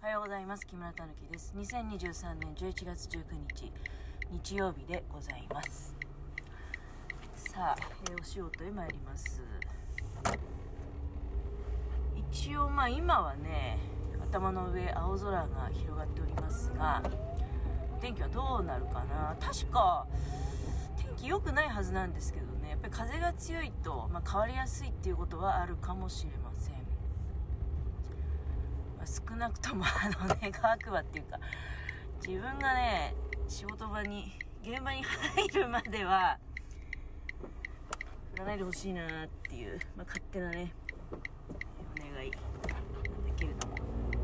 おはようございます。木村たぬきです。2023年11月19日日曜日でございます。さあ、お仕事へ参ります。一応今はね、頭の上青空が広がっておりますが、天気はどうなるかな。確か天気良くないはずなんですけどね、やっぱり風が強いと、変わりやすいっていうことはあるかもしれません。少なくとも願わくばっていうか、自分がね仕事場に現場に入るまでは降らないでほしいなっていう、勝手なねお願いなんだけれども、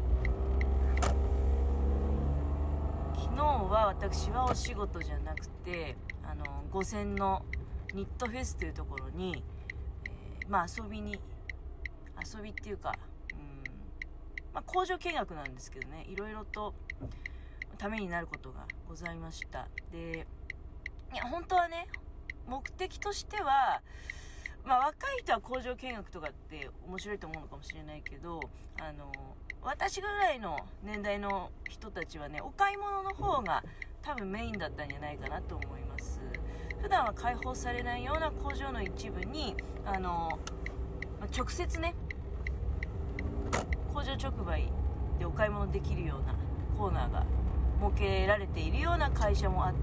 昨日は私はお仕事じゃなくて五泉のニットフェスというところに、遊びっていうか、工場見学なんですけどね、いろいろとためになることがございました。で、本当はね、目的としては、若い人は工場見学とかって面白いと思うのかもしれないけど、私ぐらいの年代の人たちはね、お買い物の方が多分メインだったんじゃないかなと思います。普段は開放されないような工場の一部に直接ね、工場直売でお買い物できるようなコーナーが設けられているような会社もあって、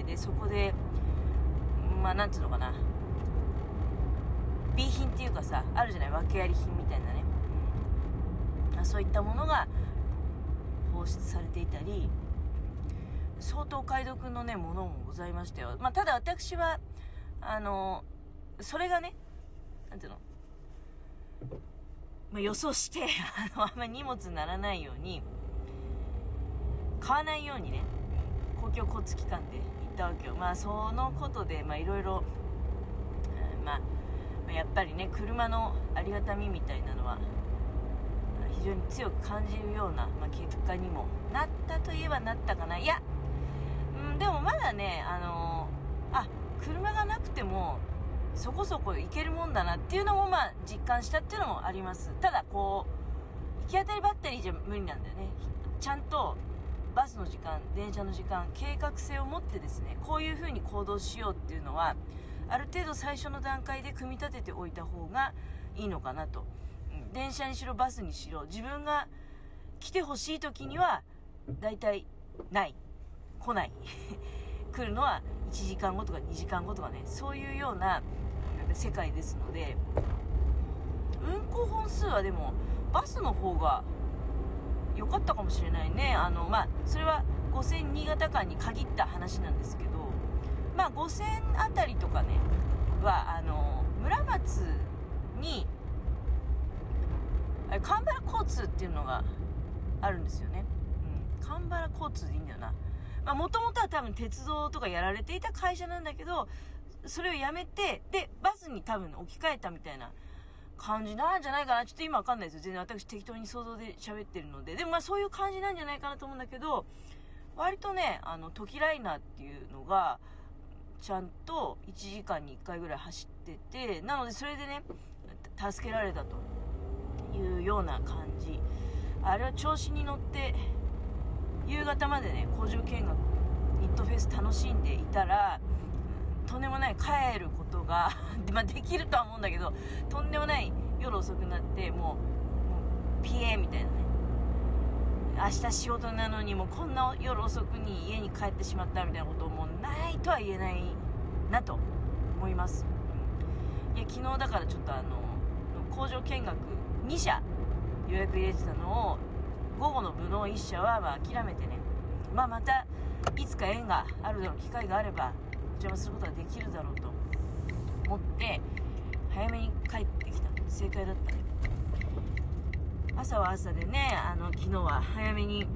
でそこでなんつうのかな、B 品っていうかさ、あるじゃない、訳あり品みたいなね、そういったものが放出されていたり、相当お買い得のねものもございましたよ。ただ私はそれがね、なんていうの、予想してあんまり荷物にならないように、買わないようにね、公共交通機関で行ったわけよ。そのことでいろいろやっぱりね、車のありがたみみたいなのは非常に強く感じるような、結果にもなったといえばなったかな。いや、でもまだね、車がなくてもそこそこいけるもんだなっていうのも実感したっていうのもあります。ただ行き当たりばったりじゃ無理なんだよね。ちゃんとバスの時間、電車の時間、計画性を持ってですね、こういう風に行動しようっていうのはある程度最初の段階で組み立てておいた方がいいのかなと。電車にしろバスにしろ、自分が来てほしい時にはだいたい来ない来るのは1時間後とか2時間後とかね、そういうような世界ですので、運行本数はでもバスの方が良かったかもしれないね。それは五泉新潟間に限った話なんですけど、五泉あたりとかねは村松に蒲原交通っていうのがあるんですよね。蒲原交通でいいんだよな。もともとは多分鉄道とかやられていた会社なんだけど、それをやめて、でバスに多分置き換えたみたいな感じなんじゃないかな。ちょっと今わかんないですよ、全然私適当に想像で喋ってるので。でもそういう感じなんじゃないかなと思うんだけど、割とねトキライナーっていうのがちゃんと1時間に1回ぐらい走ってて、なのでそれでね助けられたというような感じ。あれは調子に乗って夕方までね工場見学ニットフェス楽しんでいたら、とんでもない帰ることができるとは思うんだけど、とんでもない夜遅くなって、もうピエーみたいなね、明日仕事なのにもうこんな夜遅くに家に帰ってしまったみたいなこともないとは言えないなと思います。いや、昨日だからちょっと工場見学2社予約入れてたのを、午後の部の1社は諦めてね、またいつか縁があるだろう、機会があればお邪魔することができるだろうと思って早めに帰ってきた。正解だったね。朝は朝でね、昨日は早めに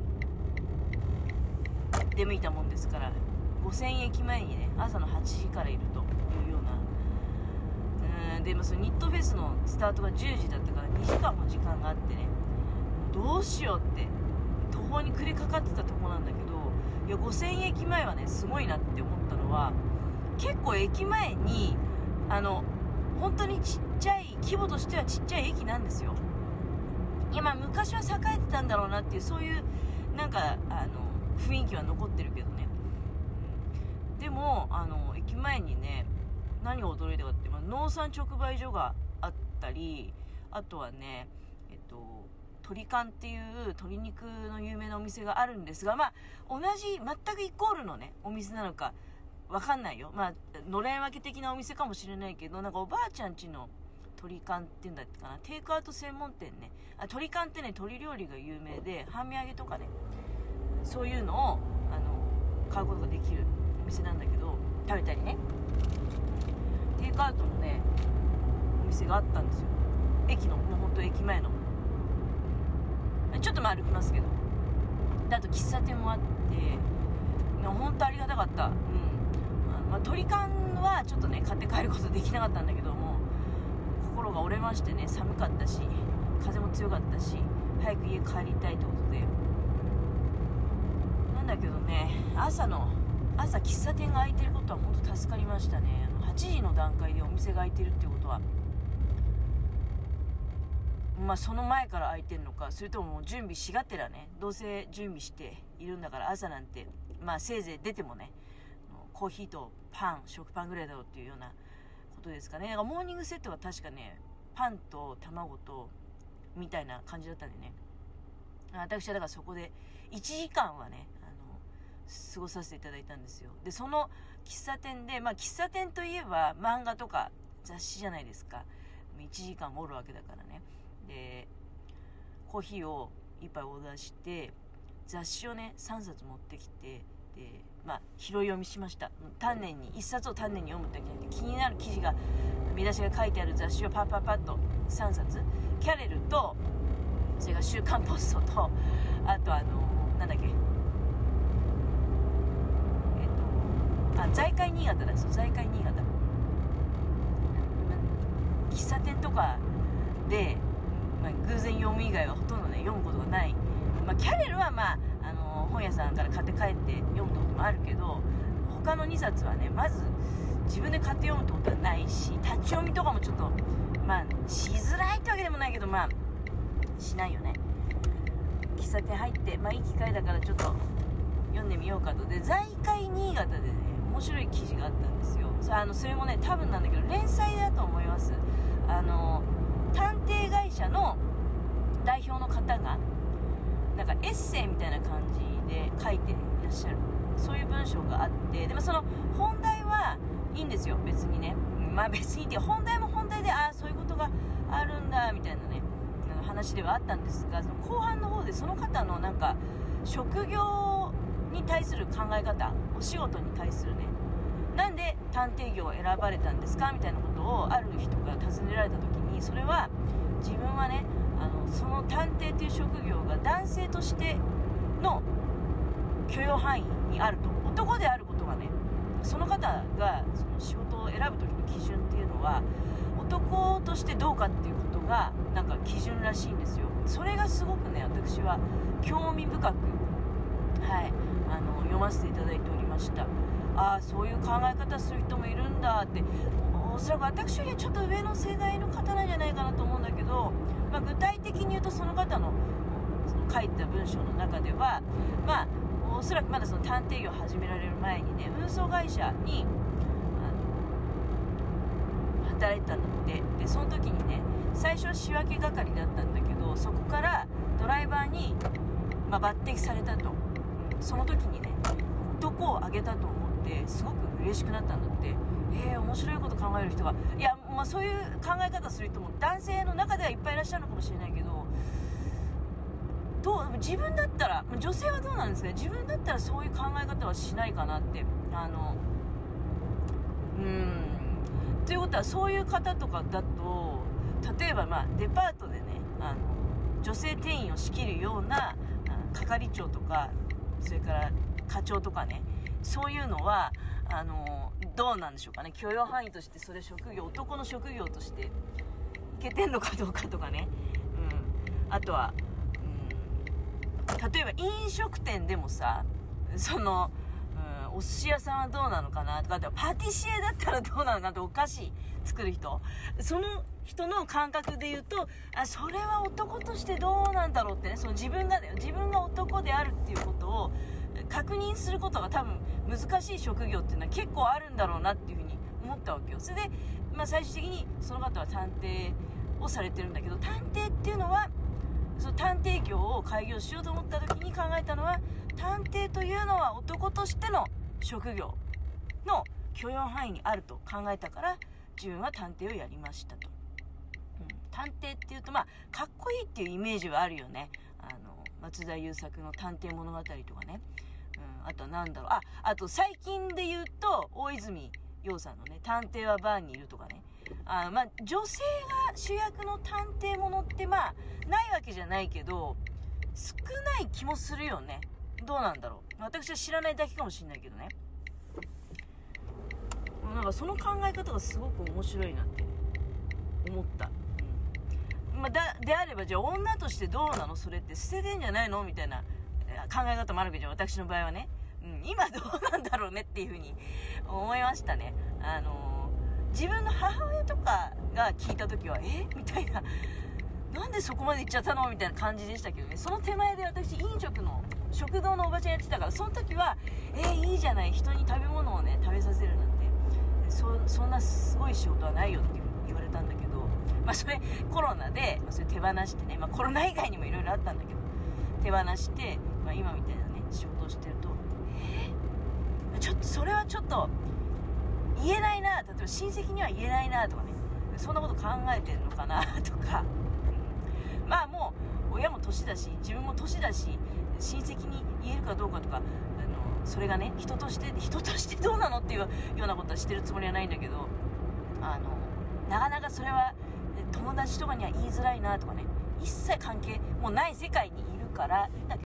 出向いたもんですから、五泉駅前にね朝の8時からいるというような。でもそのニットフェスのスタートが10時だったから2時間も時間があってね、どうしようって途方に暮れかかってたとこなんだけど、いや五泉駅前はねすごいなって思ったのは、結構駅前に本当にちっちゃい、規模としてはちっちゃい駅なんですよ。 いや、まあ昔は栄えてたんだろうなっていう、そういうなんか雰囲気は残ってるけどね。でも駅前にね、何が驚いたかって、農産直売所があったり、あとはね、鶏缶っていう鶏肉の有名なお店があるんですが、まあ同じ全くイコールのねお店なのかわかんないよ。まあのれん分け的なお店かもしれないけど、なんかおばあちゃん家の鶏缶っていうんだっけかな、テイクアウト専門店ね。鶏缶ってね、鶏料理が有名で、半身揚げとかね、そういうのを買うことができるお店なんだけど、食べたりね、テイクアウトのねお店があったんですよ。駅の、もうほんと駅前の、ちょっと歩きますけど、であと喫茶店もあって、本当ありがたかった。鶏缶はちょっとね買って帰ることできなかったんだけども、心が折れましてね、寒かったし風も強かったし、早く家帰りたいってことで、なんだけどね、朝喫茶店が開いてることは本当助かりましたね。8時の段階でお店が開いてるってことは、まあその前から開いてるのか、それとももう準備しがてらね、どうせ準備しているんだから、朝なんてまあせいぜい出てもね、コーヒーとパン、食パンぐらいだろうっていうようなことですかね。なんかモーニングセットが確かね、パンと卵とみたいな感じだったんでね、私はだからそこで1時間はね過ごさせていただいたんですよ。でその喫茶店で、まあ喫茶店といえば漫画とか雑誌じゃないですか。1時間おるわけだからね。でコーヒーを1杯オーダーして、雑誌をね3冊持ってきて、でまあ拾い読みしました。丹念に1冊を丹念に読むだけじゃなくて、気になる記事が、見出しが書いてある雑誌をパッパッパッと3冊、キャレルと、それから週刊ポストと、あとなんだっけ、財界新潟だ。そう、財界新潟。喫茶店とかで、まあ、偶然読む以外はほとんどね読むことがない。まあ、キャレルはまあ本屋さんから買って帰って読むこともあるけど、他の2冊はね、まず自分で買って読むってことはないし、立ち読みとかもちょっとまあしづらいってわけでもないけど、まあしないよね。喫茶店入って、まあいい機会だからちょっと読んでみようかと。で財界新潟でね面白い記事があったんですよ。それもね多分なんだけど連載だと思います。探偵会社の代表の方がなんかエッセイみたいな感じで書いていらっしゃる、そういう文章があって、でもその本題はいいんですよ別にね。まあ別にって本題も本題で、そういうことがあるんだみたいなね話ではあったんですが、その後半の方でその方のなんか職業に対する考え方、お仕事に対するね、なんで探偵業を選ばれたんですかみたいなことをある人から尋ねられた時に、それは自分はねその探偵という職業が男性としての許容範囲にあると、男であることがね、その方がその仕事を選ぶ時の基準っていうのは男としてどうかっていうことがなんか基準らしいんですよ。それがすごくね私は興味深く、読ませていただいておりました。そういう考え方する人もいるんだって。おそらく私よりはちょっと上の世代の方なんじゃないかなと思うんだけど、まあ、具体的に言うとその方のその書いた文章の中では、まあおそらくまだその探偵業を始められる前にね運送会社に働いてたんだって。でその時にね最初は仕分け係だったんだけど、そこからドライバーに、抜擢されたと。その時にね男を挙げたと思ってすごく嬉しくなったんだって。面白いこと考える人が、いや、まあ、そういう考え方する人も男性の中ではいっぱいいらっしゃるのかもしれないけど、自分だったら、女性はどうなんですかね、自分だったらそういう考え方はしないかなって。ということはそういう方とかだと、例えばデパートでね女性店員を仕切るような係長とか、それから課長とかね、そういうのはどうなんでしょうかね。許容範囲としてそれ男の職業としていけてんのかどうかとかね。あとは、例えば飲食店でもさ、その、 お寿司屋さんはどうなのかなとか、パティシエだったらどうなのかなって、お菓子作る人、その人の感覚で言うと、それは男としてどうなんだろうってね、その自分が男であるっていうことを確認することが多分難しい職業っていうのは結構あるんだろうなっていうふうに思ったわけよ。それで、最終的にその方は探偵をされてるんだけど、探偵っていうのはその探偵業を開業しようと思った時に考えたのは、探偵というのは男としての職業の許容範囲にあると考えたから、自分は探偵をやりましたと。探偵っていうとかっこいいっていうイメージはあるよね。松田優作の探偵物語とかね、あとはなんだろう、あと最近で言うと大泉洋さんのね、探偵はバーにいるとかね、女性が主役の探偵ものってないわけじゃないけど少ない気もするよね。どうなんだろう、私は知らないだけかもしれないけどね。なんかその考え方がすごく面白いなって思った。であればじゃあ女としてどうなの、それって捨ててんじゃないのみたいな考え方もあるけど、私の場合はね、今どうなんだろうねっていうふうに思いましたね。自分の母親とかが聞いた時はみたいな、なんでそこまで行っちゃったのみたいな感じでしたけどね。その手前で私飲食の食堂のおばちゃんやってたから、その時はいいじゃない、人に食べ物をね食べさせるなんて、そんなすごい仕事はないよっていう言われたんだけど、それコロナでそれ手放してね、コロナ以外にもいろいろあったんだけど手放して、今みたいなね仕事をしてると、ちょっとそれはちょっと言えないな、例えば親戚には言えないなとかね、そんなこと考えてるのかなとか、もう親も年だし自分も年だし、親戚に言えるかどうかとか、それがね人としてどうなのっていうようなことはしてるつもりはないんだけど、なかなかそれは友達とかには言いづらいなとかね、一切関係もうない世界にいるからだけど